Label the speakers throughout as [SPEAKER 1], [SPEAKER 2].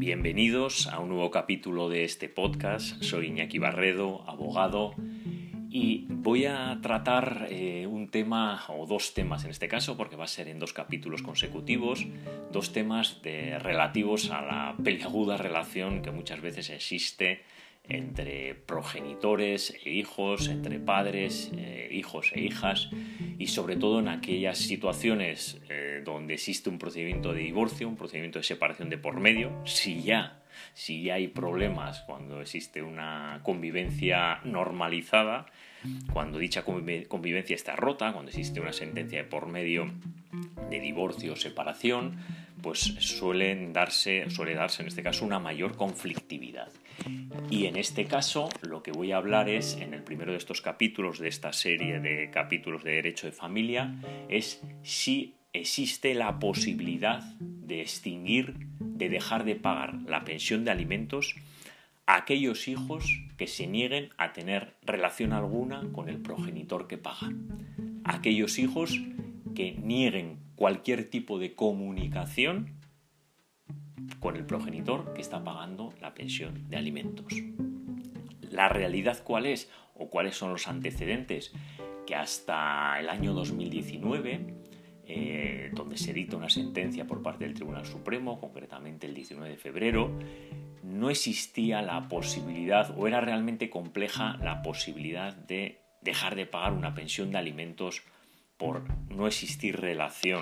[SPEAKER 1] Bienvenidos a un nuevo capítulo de este podcast. Soy Iñaki Barredo, abogado, y voy a tratar un tema o dos temas en este caso, porque va a ser en dos capítulos consecutivos, dos temas relativos a la peliaguda relación que muchas veces existe entre progenitores e hijos, entre padres, hijos e hijas, y sobre todo en aquellas situaciones donde existe un procedimiento de divorcio, un procedimiento de separación de por medio, si ya hay problemas cuando existe una convivencia normalizada, cuando dicha convivencia está rota, cuando existe una sentencia de por medio de divorcio o separación, pues suele darse en este caso una mayor conflictividad. Y en este caso lo que voy a hablar es, en el primero de estos capítulos de esta serie de capítulos de Derecho de Familia, es si existe la posibilidad de extinguir, de dejar de pagar la pensión de alimentos a aquellos hijos que se nieguen a tener relación alguna con el progenitor que paga. Aquellos hijos que nieguen cualquier tipo de comunicación con el progenitor que está pagando la pensión de alimentos. ¿La realidad cuál es? ¿O cuáles son los antecedentes? Que hasta el año 2019, donde se dicta una sentencia por parte del Tribunal Supremo, concretamente el 19 de febrero, no existía la posibilidad, o era realmente compleja la posibilidad de dejar de pagar una pensión de alimentos por no existir relación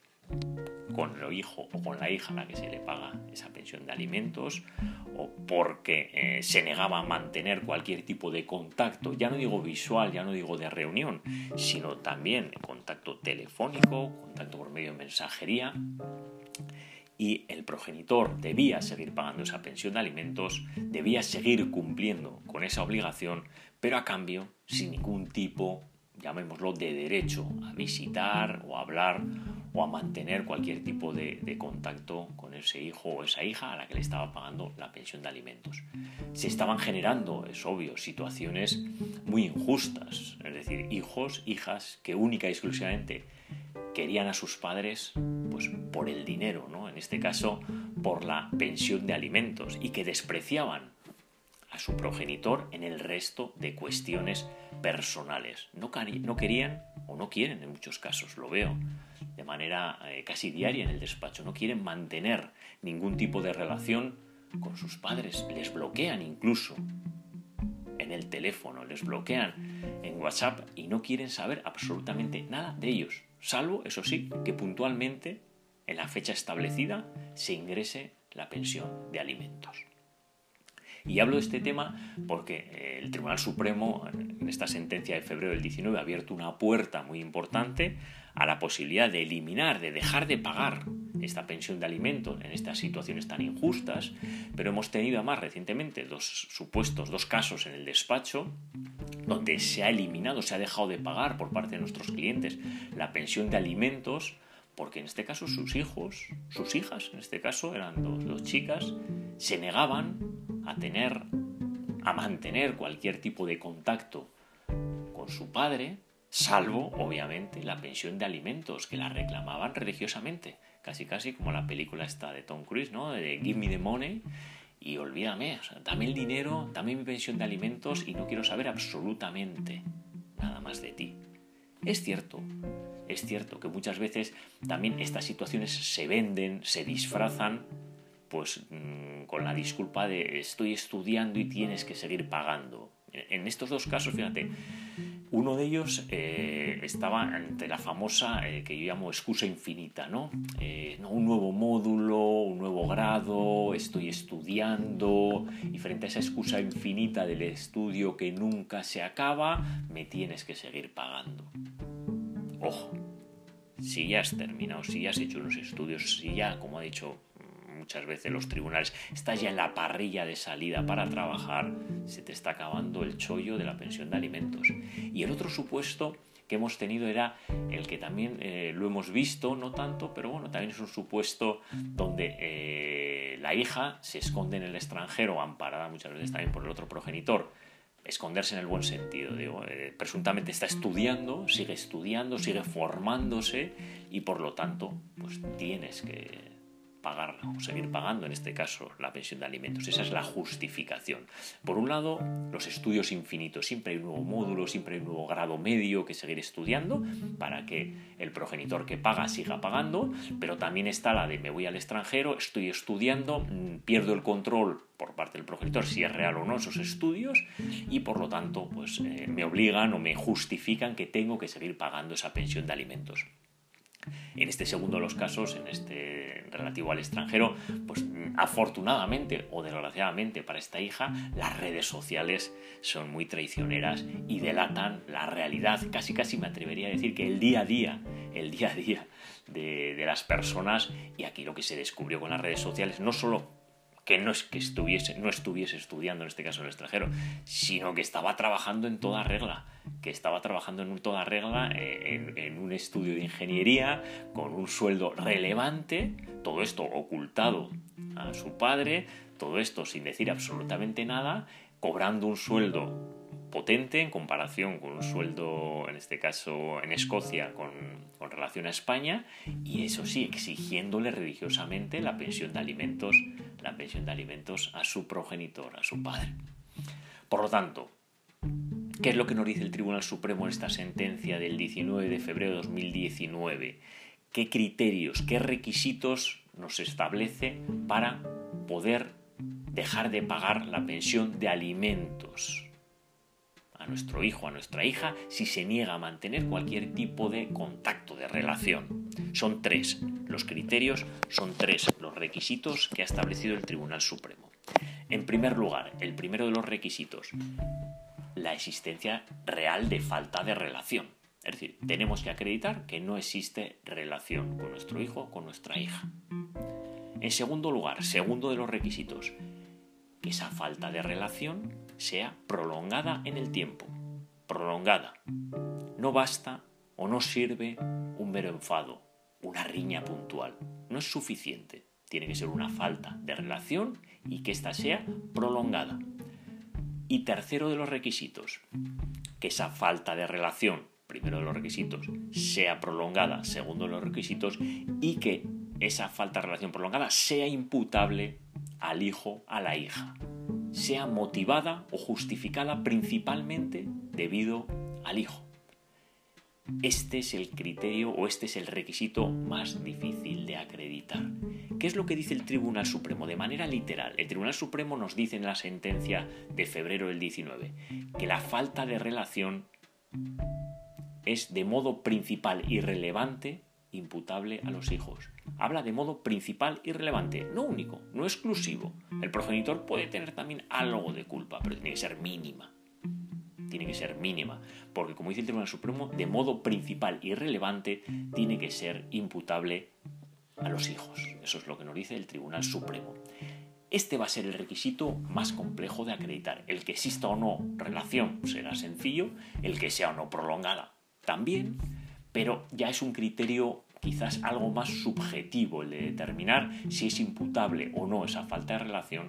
[SPEAKER 1] con el hijo o con la hija a la que se le paga esa pensión de alimentos, o porque se negaba a mantener cualquier tipo de contacto, ya no digo visual, ya no digo de reunión, sino también contacto telefónico, contacto por medio de mensajería, y el progenitor debía seguir pagando esa pensión de alimentos, debía seguir cumpliendo con esa obligación, pero a cambio sin ningún tipo, llamémoslo, de derecho a visitar o a hablar o a mantener cualquier tipo de contacto con ese hijo o esa hija a la que le estaba pagando la pensión de alimentos. Se estaban generando, es obvio, situaciones muy injustas, es decir, hijos, hijas que única y exclusivamente querían a sus padres pues por el dinero, ¿no? En este caso por la pensión de alimentos, y que despreciaban a su progenitor en el resto de cuestiones personales. No querían, o no quieren en muchos casos, lo veo de manera casi diaria en el despacho, no quieren mantener ningún tipo de relación con sus padres, les bloquean incluso en el teléfono, les bloquean en WhatsApp y no quieren saber absolutamente nada de ellos, salvo, eso sí, que puntualmente en la fecha establecida se ingrese la pensión de alimentos. Y hablo de este tema porque el Tribunal Supremo, en esta sentencia de febrero del 19, ha abierto una puerta muy importante a la posibilidad de eliminar, de dejar de pagar esta pensión de alimentos en estas situaciones tan injustas, pero hemos tenido además recientemente dos casos en el despacho donde se ha eliminado, se ha dejado de pagar por parte de nuestros clientes la pensión de alimentos, porque en este caso sus hijas, en este caso eran dos chicas, se negaban a mantener cualquier tipo de contacto con su padre, salvo, obviamente, la pensión de alimentos, que la reclamaban religiosamente, casi como la película esta de Tom Cruise, ¿no? De Give me the money y olvídame, o sea, dame el dinero, dame mi pensión de alimentos y no quiero saber absolutamente nada más de ti. Es cierto que muchas veces también estas situaciones se venden, se disfrazan, pues con la disculpa de estoy estudiando y tienes que seguir pagando. En estos dos casos, fíjate, uno de ellos estaba ante la famosa que yo llamo excusa infinita, ¿no? Un nuevo módulo, un nuevo grado, estoy estudiando, y frente a esa excusa infinita del estudio que nunca se acaba, me tienes que seguir pagando. Ojo, si ya has terminado, si ya has hecho unos estudios, si ya, como ha dicho muchas veces los tribunales, estás ya en la parrilla de salida para trabajar, se te está acabando el chollo de la pensión de alimentos. Y el otro supuesto que hemos tenido era el que también lo hemos visto, no tanto, pero bueno, también es un supuesto donde la hija se esconde en el extranjero, amparada muchas veces también por el otro progenitor. Esconderse en el buen sentido, presuntamente está estudiando, sigue formándose, y por lo tanto pues tienes que pagar o seguir pagando, en este caso, la pensión de alimentos. Esa es la justificación. Por un lado, los estudios infinitos. Siempre hay un nuevo módulo, siempre hay un nuevo grado medio que seguir estudiando para que el progenitor que paga siga pagando, pero también está la de me voy al extranjero, estoy estudiando, pierdo el control por parte del progenitor si es real o no esos estudios y por lo tanto pues, me obligan o me justifican que tengo que seguir pagando esa pensión de alimentos. En este segundo de los casos, en este relativo al extranjero, pues afortunadamente o desgraciadamente para esta hija, las redes sociales son muy traicioneras y delatan la realidad. Casi me atrevería a decir que el día a día de las personas. Y aquí lo que se descubrió con las redes sociales, no solo que no estuviese estudiando, en este caso en el extranjero, sino que estaba trabajando en toda regla, en un estudio de ingeniería, con un sueldo relevante, todo esto ocultado a su padre, todo esto sin decir absolutamente nada, cobrando un sueldo potente en comparación con un sueldo, en este caso en Escocia, con relación a España, y eso sí, exigiéndole religiosamente la pensión de alimentos a su progenitor, a su padre. Por lo tanto, ¿qué es lo que nos dice el Tribunal Supremo en esta sentencia del 19 de febrero de 2019? ¿Qué criterios, qué requisitos nos establece para poder dejar de pagar la pensión de alimentos a nuestro hijo, a nuestra hija, si se niega a mantener cualquier tipo de contacto, de relación? Son tres los criterios, son tres los requisitos que ha establecido el Tribunal Supremo. En primer lugar, el primero de los requisitos, la existencia real de falta de relación. Es decir, tenemos que acreditar que no existe relación con nuestro hijo o con nuestra hija. En segundo lugar, segundo de los requisitos, que esa falta de relación sea prolongada en el tiempo. Prolongada. No basta o no sirve un mero enfado, una riña puntual. No es suficiente. Tiene que ser una falta de relación y que ésta sea prolongada. Y tercero de los requisitos, que esa falta de relación, primero de los requisitos, sea prolongada, segundo de los requisitos, y que esa falta de relación prolongada sea imputable al hijo, a la hija, sea motivada o justificada principalmente debido al hijo. Este es el criterio o este es el requisito más difícil de acreditar. ¿Qué es lo que dice el Tribunal Supremo? De manera literal, el Tribunal Supremo nos dice en la sentencia de febrero del 19 que la falta de relación es de modo principal y relevante imputable a los hijos. Habla de modo principal y relevante, no único, no exclusivo. El progenitor puede tener también algo de culpa, pero tiene que ser mínima. Tiene que ser mínima, porque como dice el Tribunal Supremo, de modo principal y relevante tiene que ser imputable a los hijos. Eso es lo que nos dice el Tribunal Supremo. Este va a ser el requisito más complejo de acreditar. El que exista o no relación será sencillo, el que sea o no prolongada también, pero ya es un criterio quizás algo más subjetivo el de determinar si es imputable o no esa falta de relación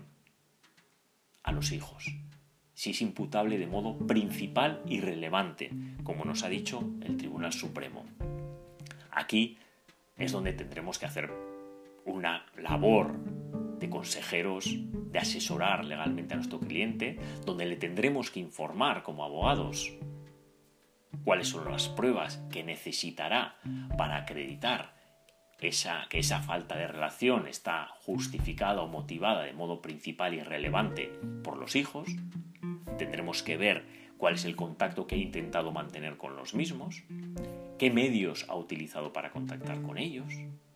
[SPEAKER 1] a los hijos. Si es imputable de modo principal y relevante, como nos ha dicho el Tribunal Supremo. Aquí es donde tendremos que hacer una labor de consejeros, de asesorar legalmente a nuestro cliente, donde le tendremos que informar como abogados cuáles son las pruebas que necesitará para acreditar que esa falta de relación está justificada o motivada de modo principal y relevante por los hijos. Tendremos que ver cuál es el contacto que ha intentado mantener con los mismos, qué medios ha utilizado para contactar con ellos.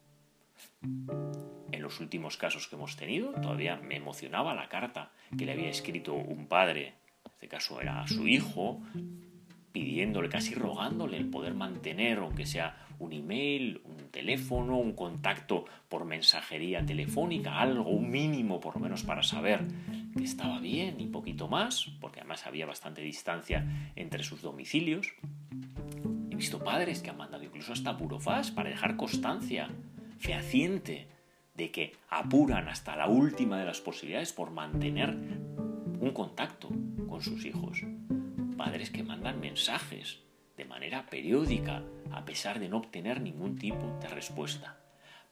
[SPEAKER 1] En los últimos casos que hemos tenido, todavía me emocionaba la carta que le había escrito un padre, en este caso era a su hijo, pidiéndole, casi rogándole el poder mantener, aunque sea un email, un teléfono, un contacto por mensajería telefónica, algo, un mínimo por lo menos para saber que estaba bien y poquito más, porque además había bastante distancia entre sus domicilios. He visto padres que han mandado incluso hasta burofax para dejar constancia fehaciente de que apuran hasta la última de las posibilidades por mantener un contacto con sus hijos. Padres que mandan mensajes de manera periódica a pesar de no obtener ningún tipo de respuesta.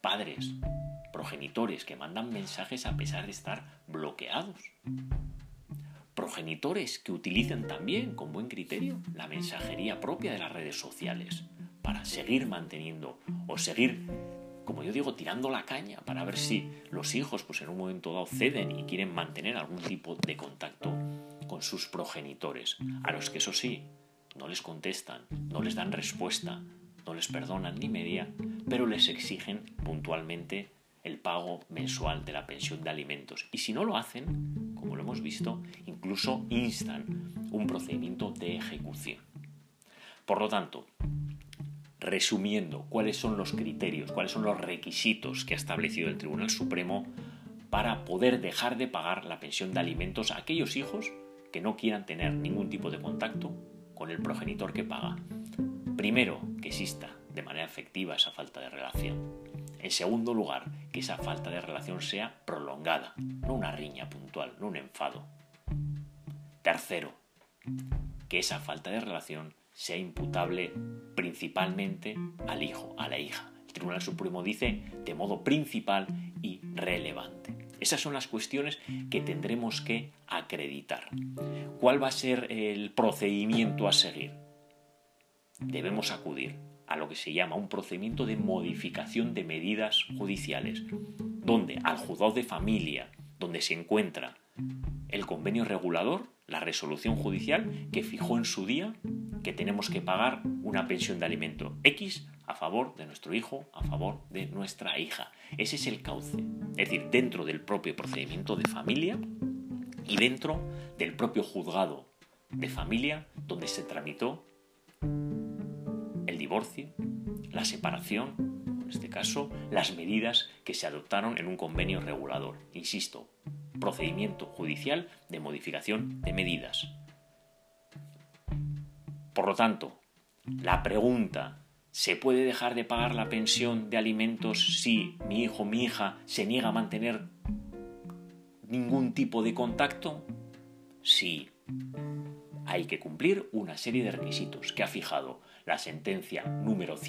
[SPEAKER 1] padres, progenitores que mandan mensajes a pesar de estar bloqueados. Progenitores que utilicen también con buen criterio la mensajería propia de las redes sociales para seguir manteniendo o seguir, como yo digo, tirando la caña para ver si los hijos pues en un momento dado ceden y quieren mantener algún tipo de contacto con sus progenitores, a los que eso sí, no les contestan, no les dan respuesta, no les perdonan ni media, pero les exigen puntualmente el pago mensual de la pensión de alimentos. Y si no lo hacen, como lo hemos visto, incluso instan un procedimiento de ejecución. Por lo tanto, resumiendo, ¿cuáles son los criterios, cuáles son los requisitos que ha establecido el Tribunal Supremo para poder dejar de pagar la pensión de alimentos a aquellos hijos que no quieran tener ningún tipo de contacto con el progenitor que paga? Primero, que exista de manera efectiva esa falta de relación. En segundo lugar, que esa falta de relación sea prolongada, no una riña puntual, no un enfado. Tercero, que esa falta de relación sea imputable principalmente al hijo, a la hija. El Tribunal Supremo dice de modo principal y relevante. Esas son las cuestiones que tendremos que acreditar. ¿Cuál va a ser el procedimiento a seguir? Debemos acudir a lo que se llama un procedimiento de modificación de medidas judiciales, donde al juzgado de familia, donde se encuentra el convenio regulador, la resolución judicial que fijó en su día que tenemos que pagar una pensión de alimento X a favor de nuestro hijo, a favor de nuestra hija. Ese es el cauce, es decir, dentro del propio procedimiento de familia y dentro del propio juzgado de familia donde se tramitó el divorcio, la separación, en este caso, las medidas que se adoptaron en un convenio regulador. Insisto, procedimiento judicial de modificación de medidas. Por lo tanto, la pregunta, ¿se puede dejar de pagar la pensión de alimentos si mi hijo o mi hija se niega a mantener ningún tipo de contacto? Sí. Hay que cumplir una serie de requisitos que ha fijado la sentencia número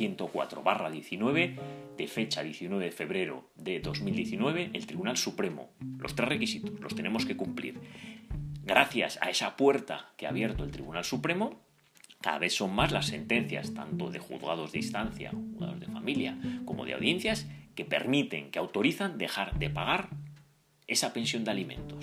[SPEAKER 1] 104/19 de fecha 19 de febrero de 2019, el Tribunal Supremo. Los 3 requisitos los tenemos que cumplir. Gracias a esa puerta que ha abierto el Tribunal Supremo, cada vez son más las sentencias, tanto de juzgados de instancia, juzgados de familia, como de audiencias, que permiten, que autorizan dejar de pagar esa pensión de alimentos.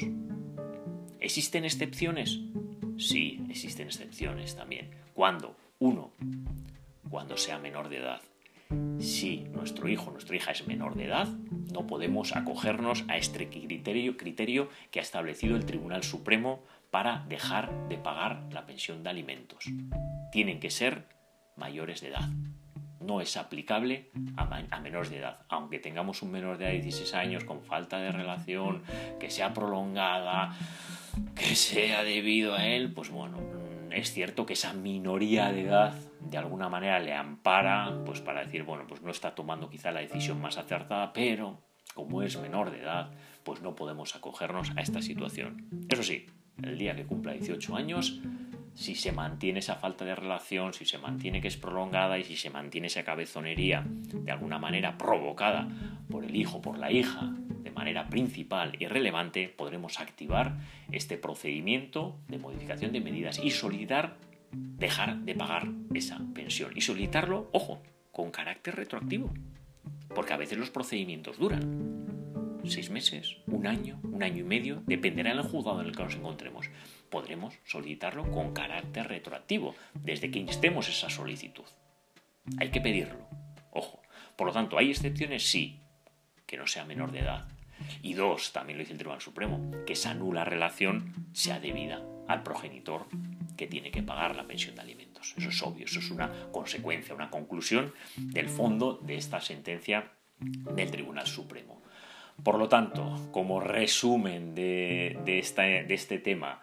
[SPEAKER 1] ¿Existen excepciones? Sí, existen excepciones también. ¿Cuándo? Uno, cuando sea menor de edad. Si nuestro hijo o nuestra hija es menor de edad, no podemos acogernos a este criterio que ha establecido el Tribunal Supremo para dejar de pagar la pensión de alimentos. Tienen que ser mayores de edad. No es aplicable a menores de edad. Aunque tengamos un menor de edad de 16 años con falta de relación, que sea prolongada, que sea debido a él, pues bueno, es cierto que esa minoría de edad de alguna manera le ampara pues para decir, bueno, pues no está tomando quizá la decisión más acertada, pero como es menor de edad, pues no podemos acogernos a esta situación. Eso sí, el día que cumpla 18 años, si se mantiene esa falta de relación, si se mantiene que es prolongada y si se mantiene esa cabezonería de alguna manera provocada por el hijo, por la hija, de manera principal y relevante, podremos activar este procedimiento de modificación de medidas y solicitar dejar de pagar esa pensión. Y solicitarlo, ojo, con carácter retroactivo, porque a veces los procedimientos duran 6 meses, un año y medio, dependerá del juzgado en el que nos encontremos. Podremos solicitarlo con carácter retroactivo, desde que instemos esa solicitud. Hay que pedirlo, ojo. Por lo tanto, ¿hay excepciones? Sí, que no sea menor de edad. Y 2, también lo dice el Tribunal Supremo, que esa nula relación sea debida al progenitor que tiene que pagar la pensión de alimentos. Eso es obvio, eso es una consecuencia, una conclusión del fondo de esta sentencia del Tribunal Supremo. Por lo tanto, como resumen de este tema,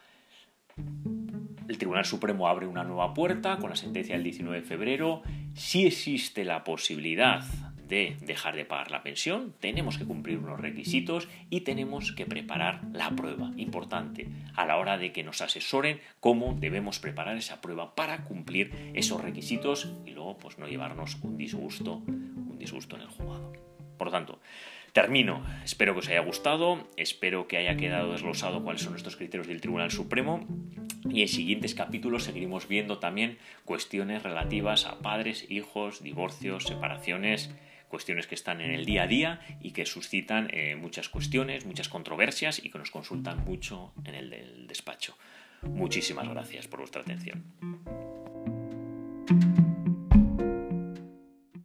[SPEAKER 1] el Tribunal Supremo abre una nueva puerta con la sentencia del 19 de febrero. Si existe la posibilidad de dejar de pagar la pensión, tenemos que cumplir unos requisitos y tenemos que preparar la prueba. Importante, a la hora de que nos asesoren cómo debemos preparar esa prueba para cumplir esos requisitos y luego pues no llevarnos un disgusto en el juzgado. Por lo tanto, termino. Espero que os haya gustado, espero que haya quedado desglosado cuáles son estos criterios del Tribunal Supremo, y en siguientes capítulos seguiremos viendo también cuestiones relativas a padres, hijos, divorcios, separaciones, cuestiones que están en el día a día y que suscitan muchas cuestiones, muchas controversias y que nos consultan mucho en el del despacho. Muchísimas gracias por vuestra atención.